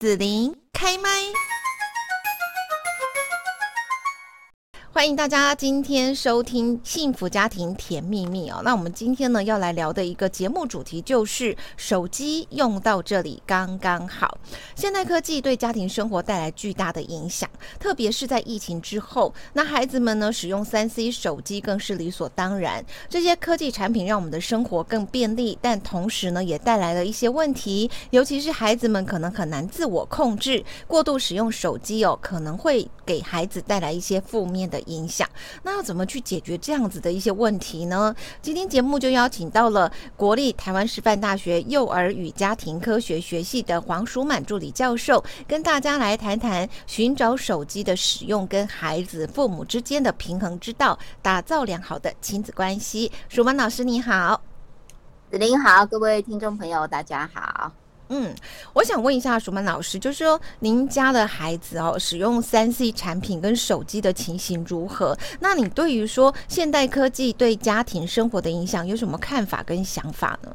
子琳开麦。欢迎大家今天收听幸福家庭甜蜜蜜哦。那我们今天呢要来聊的一个节目主题就是手机用到这里刚刚好。现代科技对家庭生活带来巨大的影响，特别是在疫情之后，那孩子们呢使用 3C 手机更是理所当然。这些科技产品让我们的生活更便利，但同时呢也带来了一些问题，尤其是孩子们可能很难自我控制，过度使用手机哦，可能会给孩子带来一些负面的影响。那要怎么去解决这样子的一些问题呢？今天节目就邀请到了国立台湾师范大学幼儿与家庭科学学系的黄淑满助理教授，跟大家来谈谈寻找手机的使用跟孩子父母之间的平衡之道，打造良好的亲子关系。淑满老师你好。 子琳好，各位听众朋友大家好。 我想问一下淑满老师，就是说您家的孩子使用 3C 产品跟手机的情形如何？那你对于说现代科技对家庭生活的影响有什么看法跟想法呢？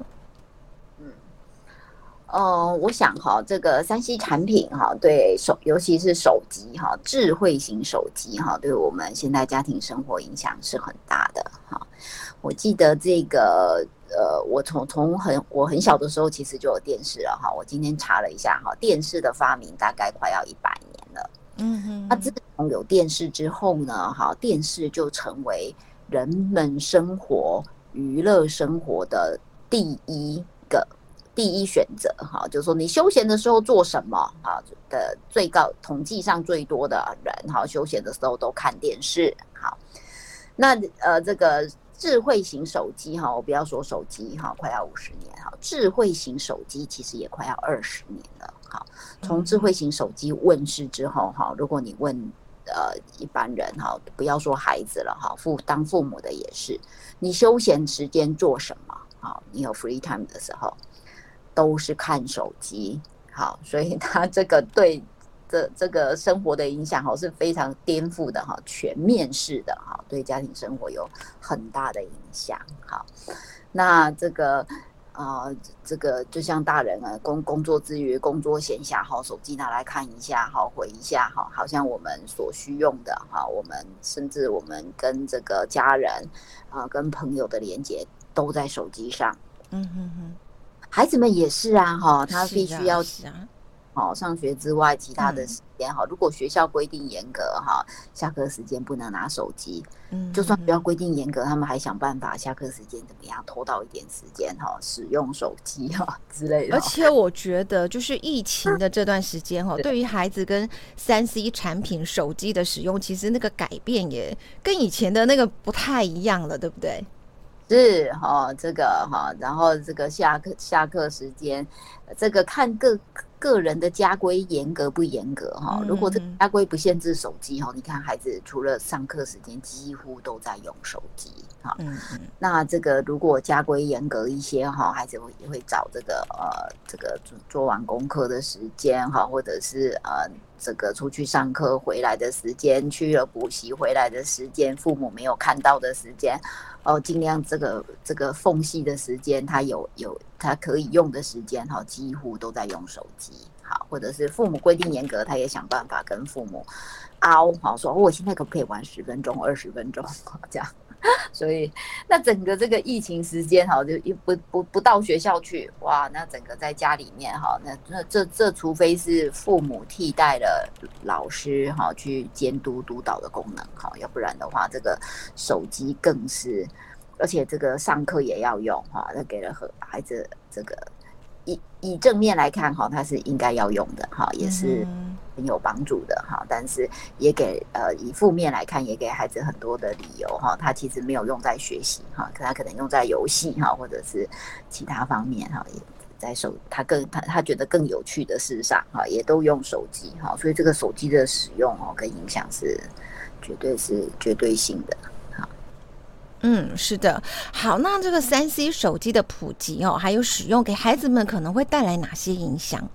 我想这个3C 产品对尤其是手机智慧型手机对我们现代家庭生活影响是很大的我记得这个我我很小的时候其实就有电视了我今天查了一下电视的发明大概快要100年了。那自从有电视之后呢电视就成为人们生活娱乐生活的第一选择就是说你休闲的时候做什么的最高统计上最多的人休闲的时候都看电视。那这个智慧型手机我不要说手机快要50年智慧型手机其实也快要20年了。从智慧型手机问世之后如果你问一般人不要说孩子了当父母的也是，你休闲时间做什么你有 free time 的时候都是看手机。所以他这个对这个生活的影响是非常颠覆的全面式的对家庭生活有很大的影响。那这个就像大人工作之余工作闲暇手机拿来看一下回一下好像我们所需用的我们甚至我们跟这个家人跟朋友的连结都在手机上。孩子们也是他必须要上学之外其他的时间如果学校规定严格下课时间不能拿手机，就算不要规定严格，他们还想办法下课时间怎么样偷到一点时间使用手机之类的。 而且我觉得就是疫情的这段时间对于孩子跟 3C 产品手机的使用，其实那个改变也跟以前的那个不太一样了，对不对？ 是这个然后这个下课时间，这个看个人的家规严格不严格如果这个家规不限制手机你看孩子除了上课时间几乎都在用手机那这个如果家规严格一些孩子也会找这个做完功课的时间或者是这个出去上课回来的时间，去了补习回来的时间，父母没有看到的时间尽量这个缝隙的时间他有他可以用的时间几乎都在用手机或者是父母规定严格，他也想办法跟父母凹说我现在可不可以玩10分钟20分钟这样。所以那整个这个疫情时间就不到学校去，哇，那整个在家里面那这除非是父母替代了老师去监督督导的功能要不然的话这个手机更是，而且这个上课也要用那给了孩子这个以正面来看它是应该要用的也是很有帮助的但是也给以负面来看也给孩子很多的理由他其实没有用在学习他可能用在游戏或者是其他方面也在他觉得更有趣的事上也都用手机所以这个手机的使用跟影响是绝对性的。 是的。好，那这个 3C 手机的普及还有使用给孩子们可能会带来哪些影响？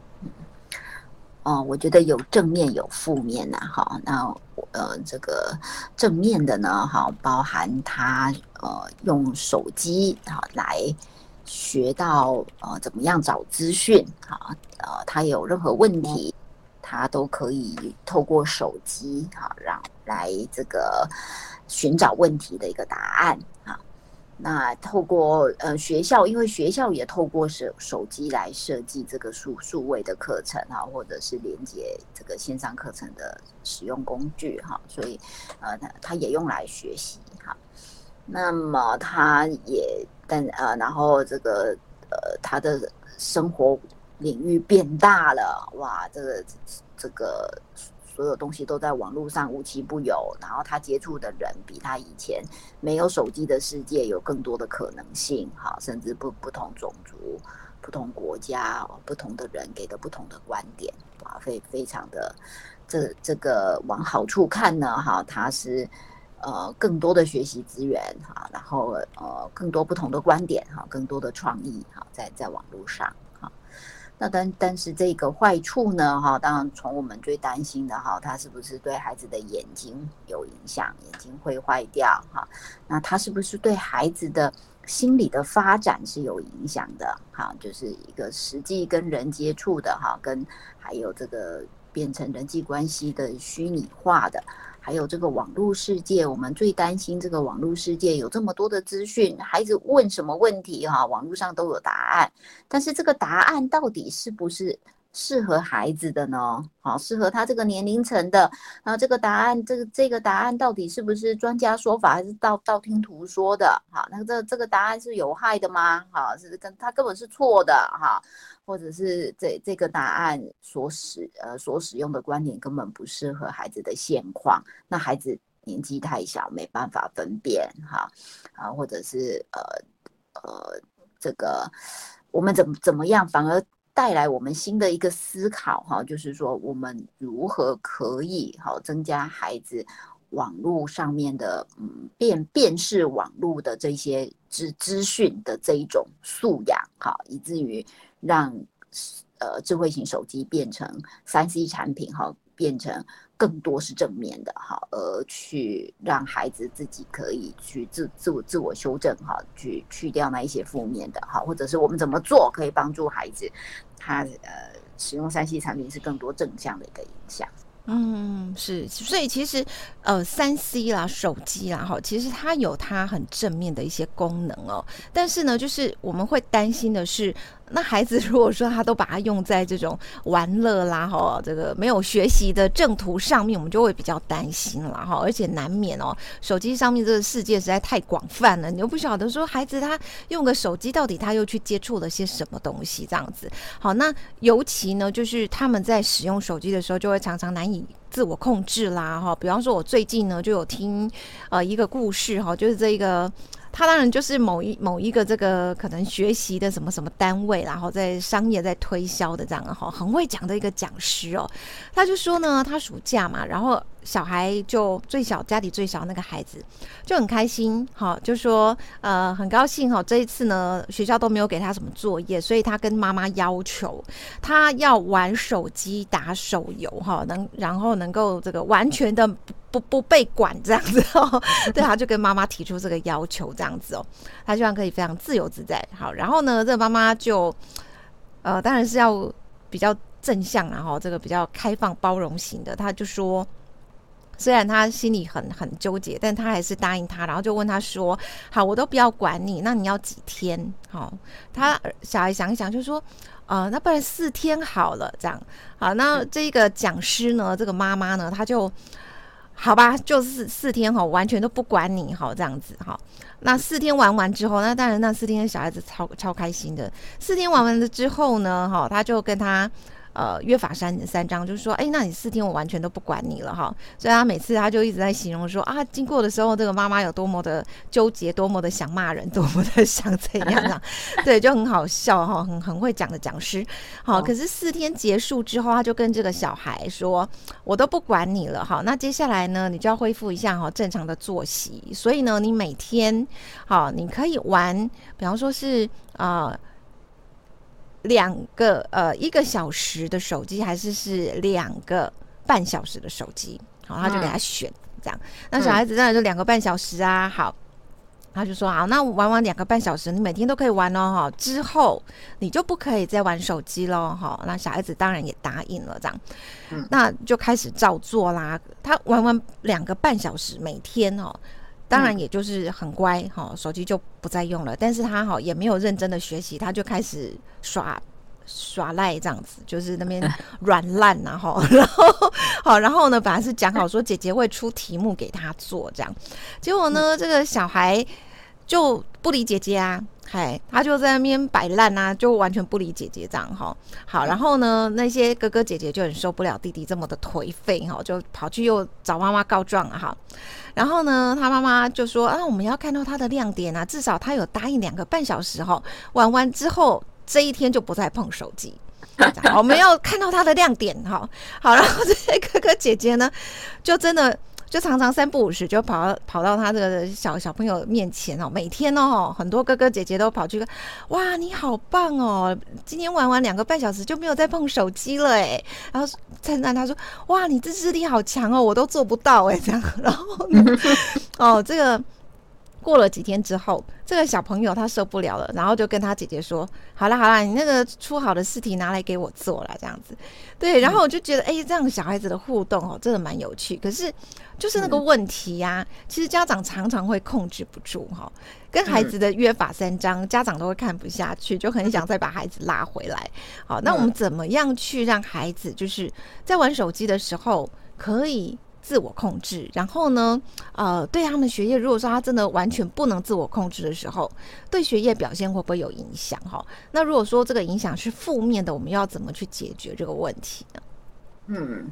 我觉得有正面有负面那这个正面的呢包含他用手机来学到怎么样找资讯啊，他有任何问题，他都可以透过手机来这个寻找问题的一个答案啊。那透过学校，因为学校也透过手机来设计这个数位的课程哈，或者是连接这个线上课程的使用工具哈，所以它也用来学习哈。那么它也然后这个它的生活领域变大了，哇，这个所有东西都在网络上无奇不有，然后他接触的人比他以前没有手机的世界有更多的可能性，甚至不同种族、不同国家、不同的人给的不同的观点，哇，非常的这个往好处看呢，它是更多的学习资源然后更多不同的观点更多的创意在网络上。那但是这个坏处呢，当然从我们最担心的它是不是对孩子的眼睛有影响，眼睛会坏掉那它是不是对孩子的心理的发展是有影响的就是一个实际跟人接触的跟还有这个变成人际关系的虚拟化的，还有这个网络世界，我们最担心这个网络世界有这么多的资讯，孩子问什么问题网络上都有答案，但是这个答案到底是不是适合孩子的呢？适合他这个年龄层的，然后这个答案，这个答案到底是不是专家说法，还是道听途说的？那这个答案是有害的吗？是他根本是错的或者是这个答案所使用的观点根本不适合孩子的现况，那孩子年纪太小没办法分辨或者是这个我们怎么样反而带来我们新的一个思考就是说我们如何可以增加孩子网络上面的辨识网络的这些资讯的这一种素养以至于让智慧型手机变成 3C 产品变成更多是正面的而去让孩子自己可以去自我修正去掉那一些负面的或者是我们怎么做可以帮助孩子他使用 3C 产品是更多正向的一个影响。 是，所以其实3C 啦、手机啦，其实它有它很正面的一些功能哦。但是呢，就是我们会担心的是，那孩子如果说他都把它用在这种玩乐啦，这个没有学习的正途上面，我们就会比较担心啦，而且难免手机上面这个世界实在太广泛了，你又不晓得说孩子他用个手机到底他又去接触了些什么东西这样子。好，那尤其呢，就是他们在使用手机的时候，就会常常难以自我控制啦，比方说我最近呢就有听一个故事就是这一个他当然就是某一个这个可能学习的什么什么单位，然后在商业在推销的这样很会讲的一个讲师他就说呢，他暑假嘛，然后小孩就家里最小那个孩子就很开心就说很高兴这一次呢学校都没有给他什么作业，所以他跟妈妈要求他要玩手机打手游然后能够这个完全的不被管这样子对，他就跟妈妈提出这个要求这样子他希望可以非常自由自在。好，然后呢这个妈妈就当然是要比较正向这个比较开放包容型的，他就说虽然他心里很纠结，但他还是答应他，然后就问他说好，我都不要管你，那你要几天他小孩想一想就说那不然4天好了这样。好，那这个讲师呢，这个妈妈呢，他就好吧，就是4天完全都不管你这样子那4天玩完之后，那当然那4天小孩子超开心的。4天玩完了之后呢他就跟他约法三章，就是说那你4天我完全都不管你了所以他每次他就一直在形容说经过的时候这个妈妈有多么的纠结，多么的想骂人，多么的想怎样对，就很好笑很会讲的讲师可是4天结束之后，他就跟这个小孩说我都不管你了那接下来呢你就要恢复一下正常的作息，所以呢你每天你可以玩，比方说是1个小时的手机，还是2个半小时的手机他就给他选这样。那小孩子当然就2个半小时好， 他就说好，那玩2个半小时，你每天都可以玩哦，之后你就不可以再玩手机咯。那小孩子当然也答应了，这样，那就开始照做啦。他玩2个半小时每天当然也就是很乖，手机就不再用了，但是他也没有认真的学习，他就开始耍赖这样子，就是那边软烂然后呢，本来是讲好说姐姐会出题目给他做这样，结果呢，这个小孩就不理姐姐啊，他就在那边摆烂啊，就完全不理姐姐这样好，然后呢，那些哥哥姐姐就很受不了弟弟这么的颓废就跑去又找妈妈告状了然后呢，他妈妈就说我们要看到他的亮点啊，至少他有答应2个半小时玩完之后这一天就不再碰手机。我们要看到他的亮点好，然后这些哥哥姐姐呢，就真的就常常3不5时就跑到他这个小朋友面前每天很多哥哥姐姐都跑去哇你好棒哦，今天玩完2个半小时就没有再碰手机了哎，然后称赞他说哇你自制力好强哦，我都做不到哎这样，然后呢这个过了几天之后，这个小朋友他受不了了，然后就跟他姐姐说好啦，你那个出好的试题拿来给我做啦这样子。对，然后我就觉得这样小孩子的互动真的蛮有趣，可是就是那个问题其实家长常常会控制不住跟孩子的约法3章，家长都会看不下去，就很想再把孩子拉回来。好，那我们怎么样去让孩子就是在玩手机的时候可以自我控制，然后呢对他们学业，如果说他真的完全不能自我控制的时候，对学业表现会不会有影响那如果说这个影响是负面的，我们要怎么去解决这个问题呢？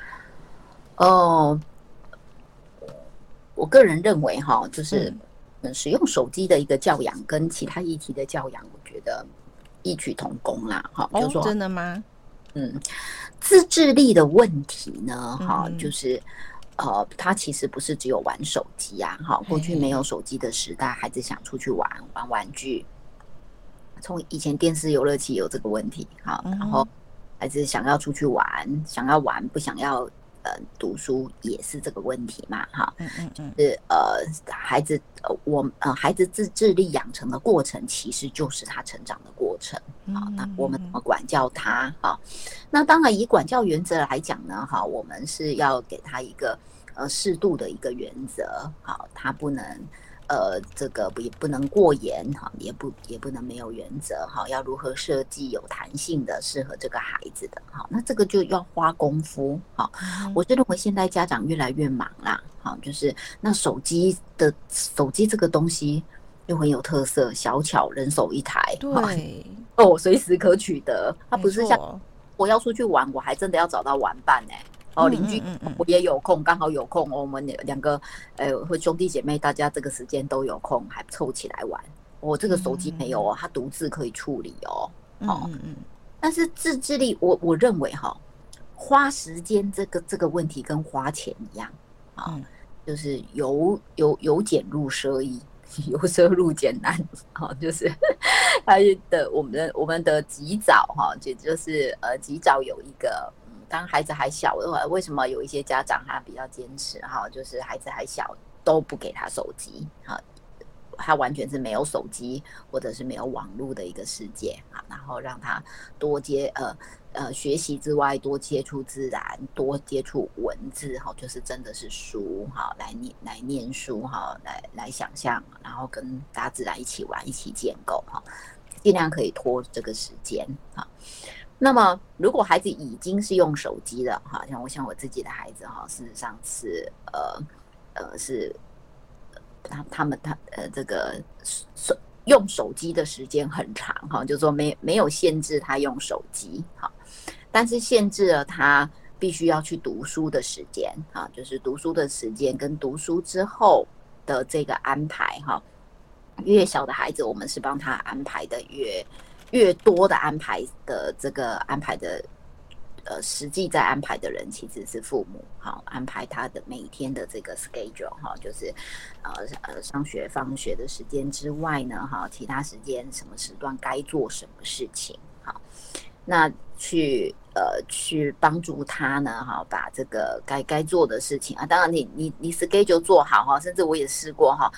我个人认为就是使用手机的一个教养跟其他议题的教养，我觉得异曲同工啦就是说真的吗？ 自制力的问题呢就是他其实不是只有玩手机啊过去没有手机的时代，孩子想出去玩玩具，从以前电视游乐器有这个问题然后孩子想要出去玩，想要玩不想要读书也是这个问题嘛就是孩子孩子自制力养成的过程，其实就是他成长的过程那我们怎么管教他那当然以管教原则来讲呢我们是要给他一个适度的一个原则他不能这个也不能过严也不能没有原则要如何设计有弹性的适合这个孩子的那这个就要花功夫我是认为现在家长越来越忙啦就是那手机这个东西又很有特色，小巧人手一台， 对随时可取得，它不是像我要出去玩，我还真的要找到玩伴邻居我也有空，刚好有空我们2个或兄弟姐妹，大家这个时间都有空，还凑起来玩。我这个手机没有它独自可以处理但是自制力，我认为花时间这个问题跟花钱一样就是由俭入奢易，由奢入俭难就是我们的及早就是及早有一个。当孩子还小的话，为什么有一些家长他比较坚持就是孩子还小都不给他手机他完全是没有手机或者是没有网络的一个世界然后让他多学习之外多接触自然，多接触文字就是真的是书来念书来想象，然后跟大自然一起玩一起建构尽量可以拖这个时间那么如果孩子已经是用手机了像我自己的孩子事实上是是他这个用手机的时间很长就是说没有限制他用手机但是限制了他必须要去读书的时间就是读书的时间跟读书之后的这个安排越小的孩子我们是帮他安排的越多的安排的这个安排的实际在安排的人其实是父母安排他的每天的这个 schedule 就是上学放学的时间之外呢其他时间什么时段该做什么事情那去帮助他呢把这个该做的事情当然你 schedule 做好甚至我也试过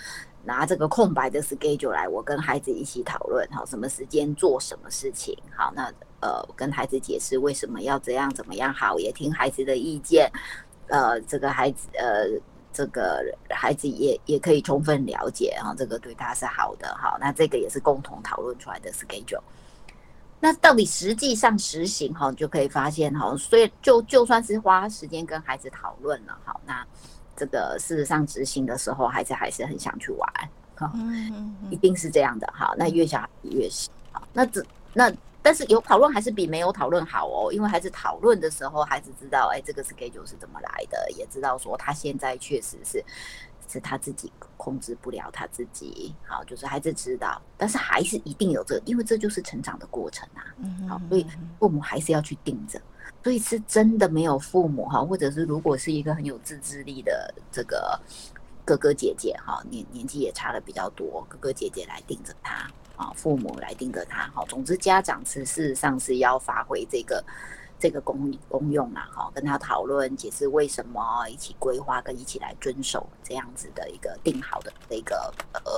拿这个空白的 schedule 来，我跟孩子一起讨论，好，什么时间做什么事情，好，那跟孩子解释为什么要这样怎么样好，也听孩子的意见，这个孩子也可以充分了解，哈，这个对他是好的，好，那这个也是共同讨论出来的 schedule。那到底实际上实行哈，就可以发现哈，所以就算是花时间跟孩子讨论了，好，那这个事实上执行的时候，孩子还是很想去玩，哈，一定是这样的，哈，那越小孩越是好，但是有讨论还是比没有讨论好哦，因为孩子讨论的时候，孩子知道，这个 schedule 是怎么来的，也知道说他现在确实是他自己控制不了他自己，好，就是孩子知道，但是还是一定有这个，因为这就是成长的过程啊，好，所以父母还是要去盯着，所以是真的没有父母哈，或者是如果是一个很有自制力的这个哥哥姐姐哈，年纪也差的比较多，哥哥姐姐来盯着他啊，父母来盯着他，好，总之家长事实上是要发挥这个功用啊，跟他讨论解释为什么，一起规划跟一起来遵守这样子的一个定好的这个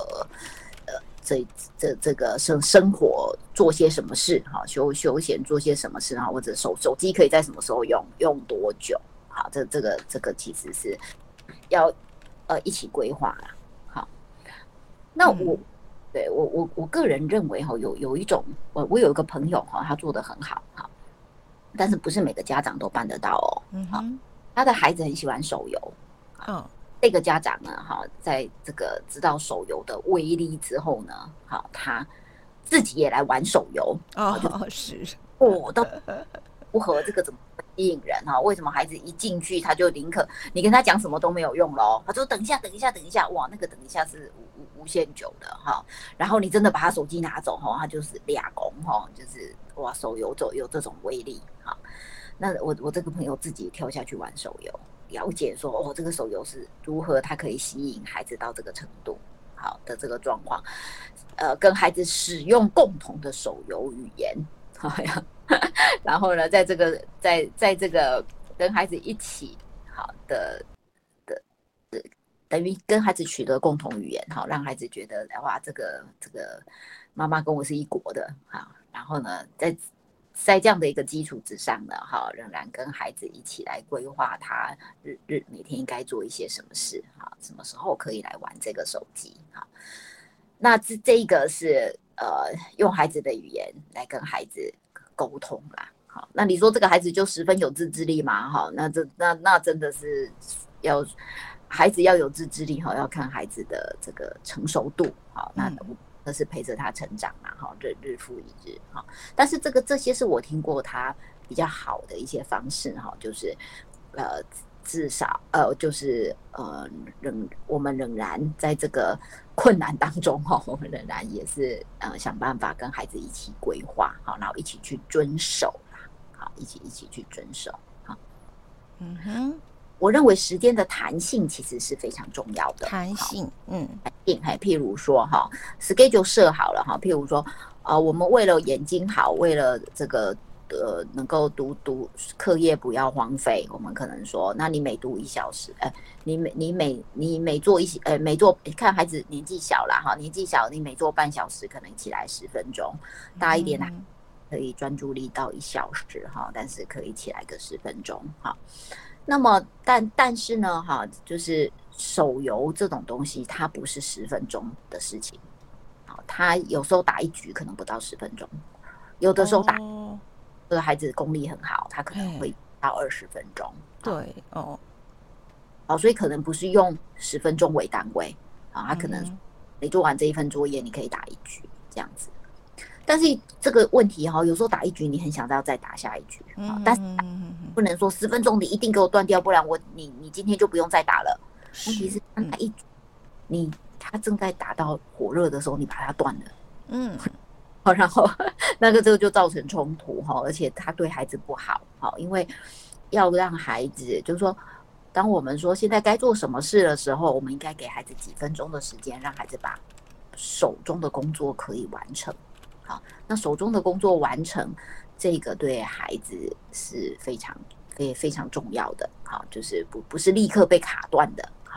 这个生活做些什么事哈，休闲做些什么事哈，或者手机可以在什么时候用多久，好，这个其实是要一起规划啦，好，那我个人认为哈，有一种我有一个朋友哈，他做得很好哈。但是不是每个家长都办得到哦。他的孩子很喜欢手游，这个家长呢，在这个知道手游的威力之后呢，他自己也来玩手游都不合这个怎么吸引人哈？为什么孩子一进去他就宁可你跟他讲什么都没有用咯？他说等一下，哇，那个等一下是无限久的哈。然后你真的把他手机拿走哈，他就是俩公哈，就是哇，手游有这种威力哈。那我这个朋友自己跳下去玩手游，了解说这个手游是如何它可以吸引孩子到这个程度好的这个状况，跟孩子使用共同的手游语言，好呀。然后呢，在这个跟孩子一起好的等于跟孩子取得共同语言，好，让孩子觉得哇，这个妈妈跟我是一国的，好，然后呢，在这样的一个基础之上呢，哈，仍然跟孩子一起来规划他每天应该做一些什么事，哈，什么时候可以来玩这个手机，哈，那这一个是用孩子的语言来跟孩子沟通啦，好，那你说这个孩子就10分有自制力吗？哈，那真的是孩子要有自制力，哈，要看孩子的这个成熟度，好，那是陪着他成长嘛，哈，日复一日，哈。但是这些是我听过他比较好的一些方式，哈，就是至少就是我们仍然在这个困难当中哈，我们仍然也是想办法跟孩子一起规划，好，然后一起去遵守啦，好，一起去遵守，好，我认为时间的弹性其实是非常重要的。 弹性， 譬如说哈 ，schedule 设好了哈，譬如说我们为了眼睛好，为了这个能够读课业不要荒废，我们可能说，那你每读1小时，你每做看孩子年纪小啦哈，年纪小你每做半小时，可能起来10分钟，大一点的可以专注力到1小时哈，但是可以起来个10分钟哈。那么但是呢哈，就是手游这种东西，它不是10分钟的事情，好，它有时候打一局可能不到10分钟，有的时候打。这个孩子功力很好，他可能会到20分钟。 对所以可能不是用10分钟为单位啊，他可能你做完这一份作业，你可以打一局这样子。但是这个问题哈，有时候打一局，你很想要再打下一局啊，但是不能说10分钟你一定给我断掉，不然你今天就不用再打了。问题是他打一局，他正在打到火热的时候，你把它断了，然后这个就造成冲突哈，而且他对孩子不好，因为要让孩子就是说，当我们说现在该做什么事的时候，我们应该给孩子几分钟的时间，让孩子把手中的工作可以完成。好，那手中的工作完成，这个对孩子是非常非常重要的。好，就是不是立刻被卡断的。好，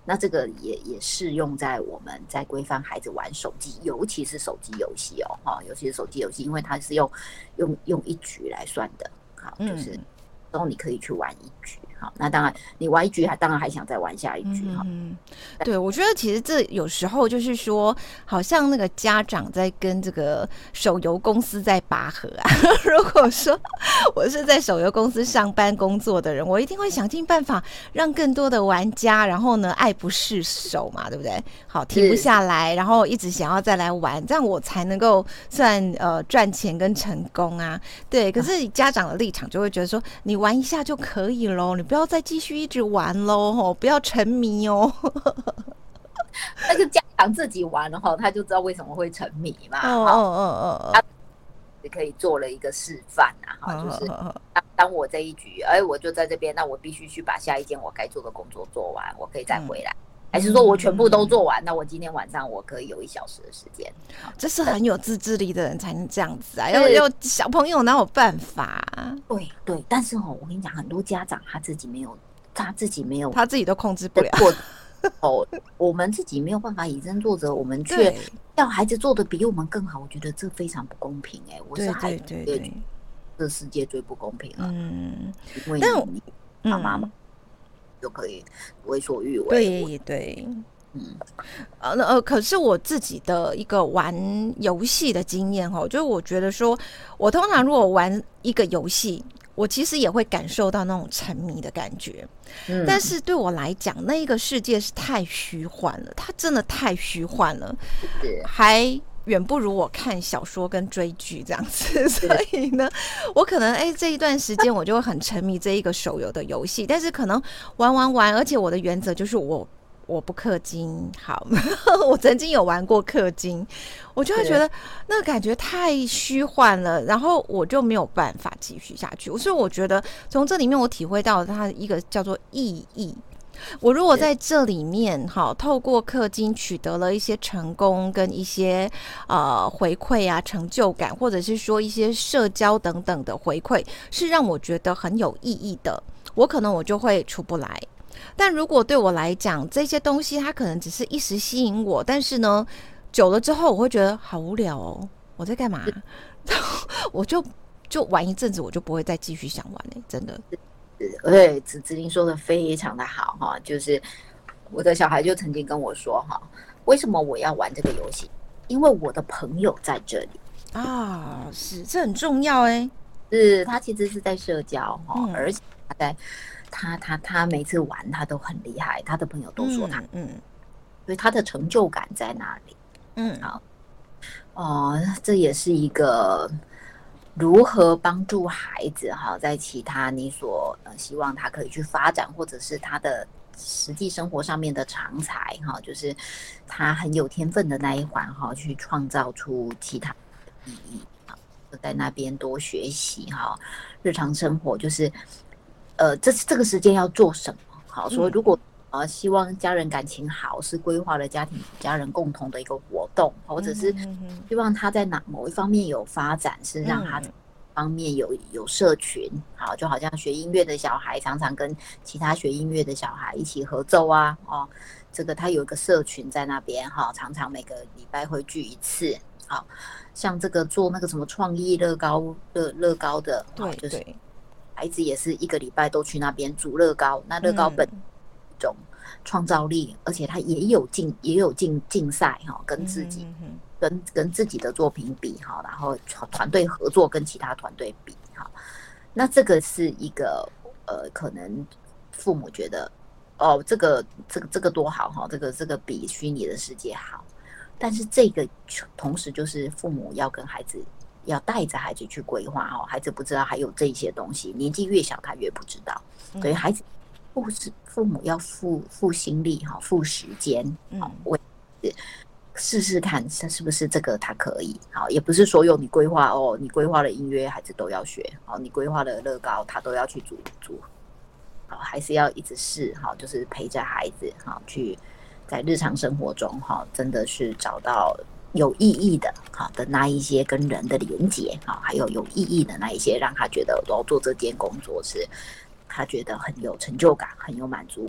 那这个也适用在我们在规范孩子玩手机，尤其是手机游戏尤其是手机游戏，因为它是用一局来算的，好，就是然后你可以去玩一局，好，那当然你玩一局当然还想再玩下一局哈。 对，我觉得其实这有时候就是说，好像那个家长在跟这个手游公司在拔河啊。如果说我是在手游公司上班工作的人，我一定会想尽办法让更多的玩家，然后呢爱不释手嘛，对不对？好，停不下来，然后一直想要再来玩，这样我才能够算赚钱跟成功啊。对，可是家长的立场就会觉得说，你玩一下就可以咯，你不要再继续一直玩咯，不要沉迷哦。 那个家长自己玩了他就知道为什么会沉迷嘛。他可以做了一个示范就是当我这一局，我就在这边，那我必须去把下一件我该做的工作做完，我可以再回来。还是说我全部都做完，那我今天晚上我可以有1小时的时间。 这是很有自制力的人才能这样子啊，要小朋友哪有办法对，但是我跟你讲，很多家长他自己没有，他自己都控制不了。 我们自己没有办法以身作则，我们却要孩子做的比我们更好，我觉得这非常不公平。我是孩子，这世界最不公平了。因为你妈妈就可以为所欲为。 对。可是我自己的一个玩游戏的经验就是我觉得说，我通常如果玩一个游戏，我其实也会感受到那种沉迷的感觉。但是对我来讲，那一个世界是太虚幻了，它真的太虚幻了，还远不如我看小说跟追剧这样子。所以呢，我可能这一段时间我就会很沉迷这一个手游的游戏，但是可能玩，而且我的原则就是我不氪金。好，我曾经有玩过氪金，我就会觉得那个感觉太虚幻了，然后我就没有办法继续下去。所以我觉得从这里面我体会到它一个叫做意义。我如果在这里面透过氪金取得了一些成功跟一些回馈啊、成就感，或者是说一些社交等等的回馈，是让我觉得很有意义的，我可能我就会出不来。但如果对我来讲，这些东西它可能只是一时吸引我，但是呢，久了之后我会觉得好无聊哦，我在干嘛？我就玩一阵子，我就不会再继续想玩真的。 对，子玲说的非常的好就是我的小孩就曾经跟我说为什么我要玩这个游戏？因为我的朋友在这里啊，是，这很重要是他其实是在社交而且他每次玩他都很厉害，他的朋友都说他所以他的成就感在哪里？这也是一个如何帮助孩子在其他你所希望他可以去发展，或者是他的实际生活上面的长才就是他很有天分的那一环去创造出其他的意义就在那边多学习日常生活就是这个时间要做什么？所以如果希望家人感情好，是规划了家人共同的一个活动，或者是希望他在某一方面有发展，是让他方面有社群，就好像学音乐的小孩常常跟其他学音乐的小孩一起合奏啊，这个他有一个社群在那边常常每个礼拜会聚一次，像这个做那个什么创意乐高的， 对， 就是孩子也是一个礼拜都去那边煮乐高，那乐高本一种创造力，而且他也有竞赛跟自己跟自己的作品比然后团队合作跟其他团队比那这个是一个可能父母觉得这个多好这个比虚拟的世界好，但是这个同时就是父母要跟孩子。要带着孩子去规划孩子不知道还有这些东西，年纪越小他越不知道，所以孩子父母要付心力付时间为试试看是不是这个他可以也不是所有你规划你规划了音乐孩子都要学你规划了乐高他都要去组还是要一直试就是陪着孩子去在日常生活中真的是找到有意义的那一些跟人的连结还有意义的那一些，让他觉得做这件工作是他觉得很有成就感很有满足感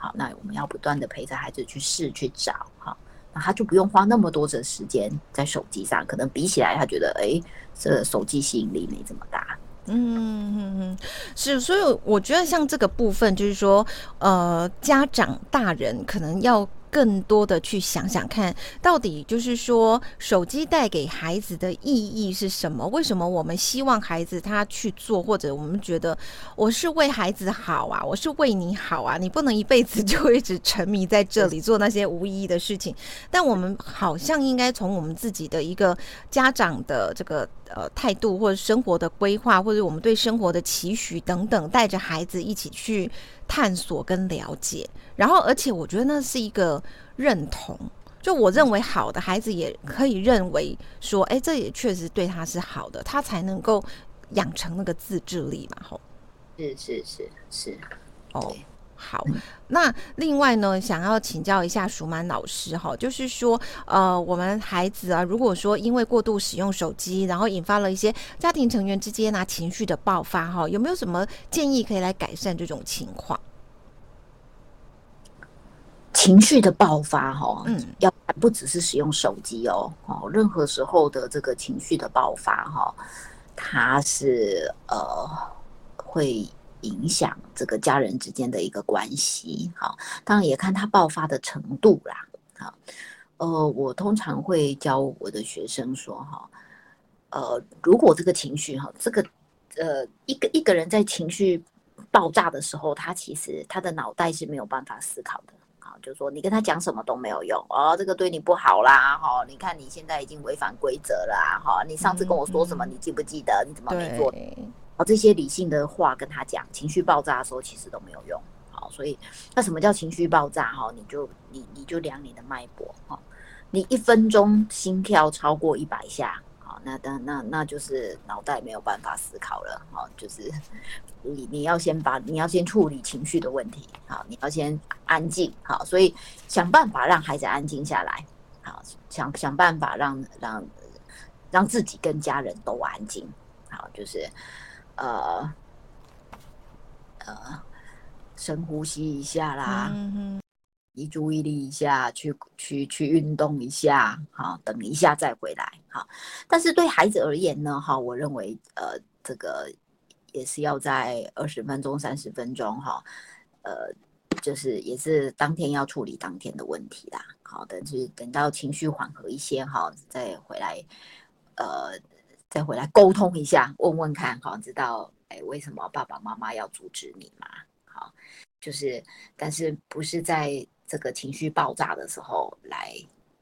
好，那我们要不断的陪着孩子去试去找，好，那他就不用花那么多的时间在手机上，可能比起来他觉得这手机吸引力没这么大。 是，所以我觉得像这个部分，就是说，家长大人可能要更多的去想想看，到底就是说，手机带给孩子的意义是什么？为什么我们希望孩子他去做，或者我们觉得我是为孩子好啊，我是为你好啊，你不能一辈子就一直沉迷在这里做那些无意义的事情。但我们好像应该从我们自己的一个家长的这个态度，或者生活的规划，或者我们对生活的期许等等，带着孩子一起去探索跟了解。然后，而且我觉得那是一个认同，就我认为好的，孩子也可以认为说，这也确实对他是好的，他才能够养成那个自制力嘛。吼， 是， 哦。好，那另外呢，想要请教一下淑满老师哈，就是说，我们孩子啊，如果说因为过度使用手机，然后引发了一些家庭成员之间情绪的爆发哈，有没有什么建议可以来改善这种情况？ 情绪的爆发要不只是使用手机任何时候的这个情绪的爆发它是会影响这个家人之间的一个关系。好，当然也看他爆发的程度啦。好，我通常会教我的学生说如果这个情绪这个一个人在情绪爆炸的时候，他其实他的脑袋是没有办法思考的。好，就是说你跟他讲什么都没有用这个对你不好啦你看你现在已经违反规则啦你上次跟我说什么你记不记得？你怎么没做？这些理性的话跟他讲，情绪爆炸的时候其实都没有用。好，所以那什么叫情绪爆炸你就量你的脉搏你1分钟心跳超过100下那就是脑袋没有办法思考了就是你要先处理情绪的问题你要先安静所以想办法让孩子安静下来想办法让自己跟家人都安静就是深呼吸一下啦，移注意力一下，去运动一下，等一下再回来，但是对孩子而言呢，我认为这个也是要在20分钟、30分钟，就是也是当天要处理当天的问题啦。好，等到情绪缓和一些，再回来，再回来沟通一下，问问看，知道为什么爸爸妈妈要阻止你嘛？好，就是，但是不是在这个情绪爆炸的时候来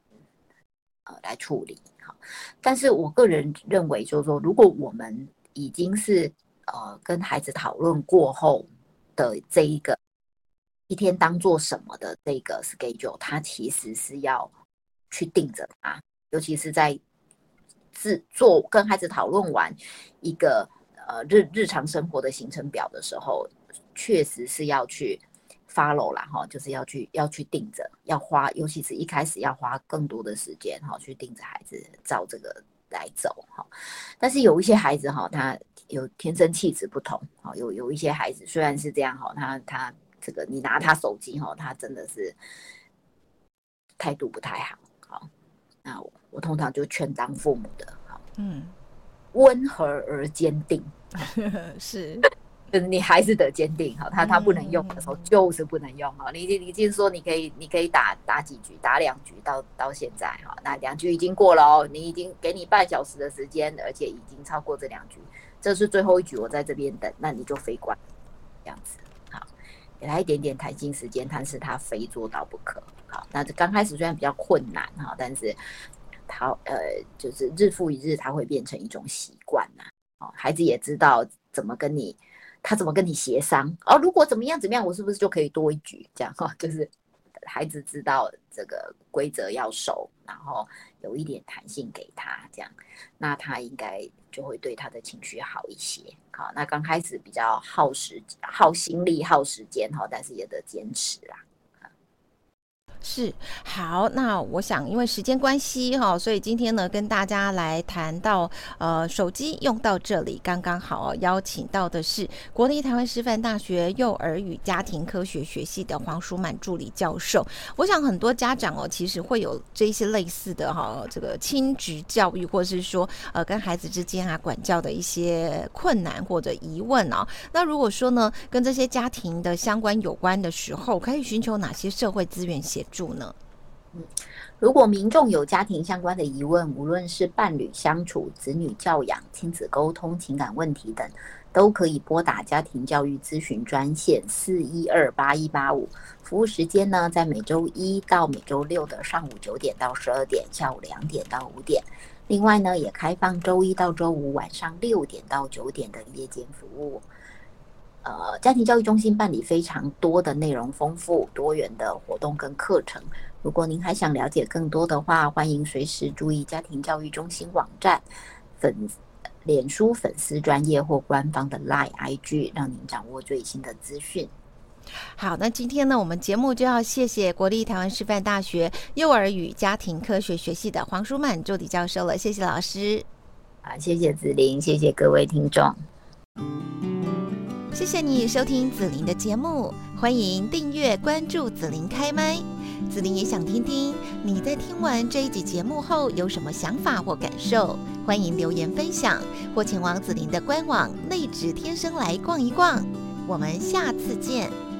处理。好，但是我个人认为，就是说，如果我们已经是跟孩子讨论过后的这一个一天当做什么的这个 schedule， 它其实是要去定着它，尤其是在跟孩子讨论完一个日常生活的行程表的时候，确实是要去 follow 啦就是要去定着，尤其是一开始要花更多的时间去定着孩子照这个来走但是有一些孩子他有天生气质不同有一些孩子虽然是这样他这个你拿他手机他真的是态度不太好那我通常就劝当父母的温和而坚定是就是你还是得坚定他不能用的时候就是不能用你就是说你可以打几局，打2局到现在那2局已经过了你已经给你半小时的时间，而且已经超过这2局，这是最后一局我在这边等，那你就非关这样子给他一点点弹性时间，但是他非做到不可那这刚开始虽然比较困难但是他就是日复一日他会变成一种习惯孩子也知道他怎么跟你协商如果怎么样我是不是就可以多1局这样就是孩子知道这个规则要守，然后有一点弹性给他这样，那他应该就会对他的情绪好一些那刚开始比较耗心力耗时间但是也得坚持啦。 是，好，那我想因为时间关系哈，所以今天呢跟大家来谈到手机用到这里刚刚好哦，邀请到的是国立台湾师范大学幼儿与家庭科学学系的黄淑满助理教授。我想很多家长哦，其实会有这一些类似的这个亲职教育，或是说跟孩子之间管教的一些困难或者疑问哦。那如果说呢跟这些家庭的相关有关的时候，可以寻求哪些社会资源协助呢？ 如果民众有家庭相关的疑问，无论是伴侣相处、子女教养、亲子沟通、情感问题等，都可以拨打家庭教育咨询专线4128185。服务时间呢，在每周一到每周六的上午9点到12点，下午2点到5点。另外呢，也开放周一到周五晚上6点到9点的夜间服务。家庭教育中心办理非常多的内容丰富多元的活动跟课程。如果您还想了解更多的话，欢迎随时注意家庭教育中心网站、脸书粉丝专页或官方的 LINE、IG， 让您掌握最新的资讯。 好，那今天呢，我们节目就要谢谢国立台湾师范大学幼儿与家庭科学学系的黄淑满助理教授了，谢谢老师。 谢谢子琳，谢谢各位听众。 谢谢你收听子琳的节目，欢迎订阅关注子琳开麦。子琳也想听听你在听完这一集节目后有什么想法或感受，欢迎留言分享，或前往子琳的官网内指天生来逛一逛。我们下次见。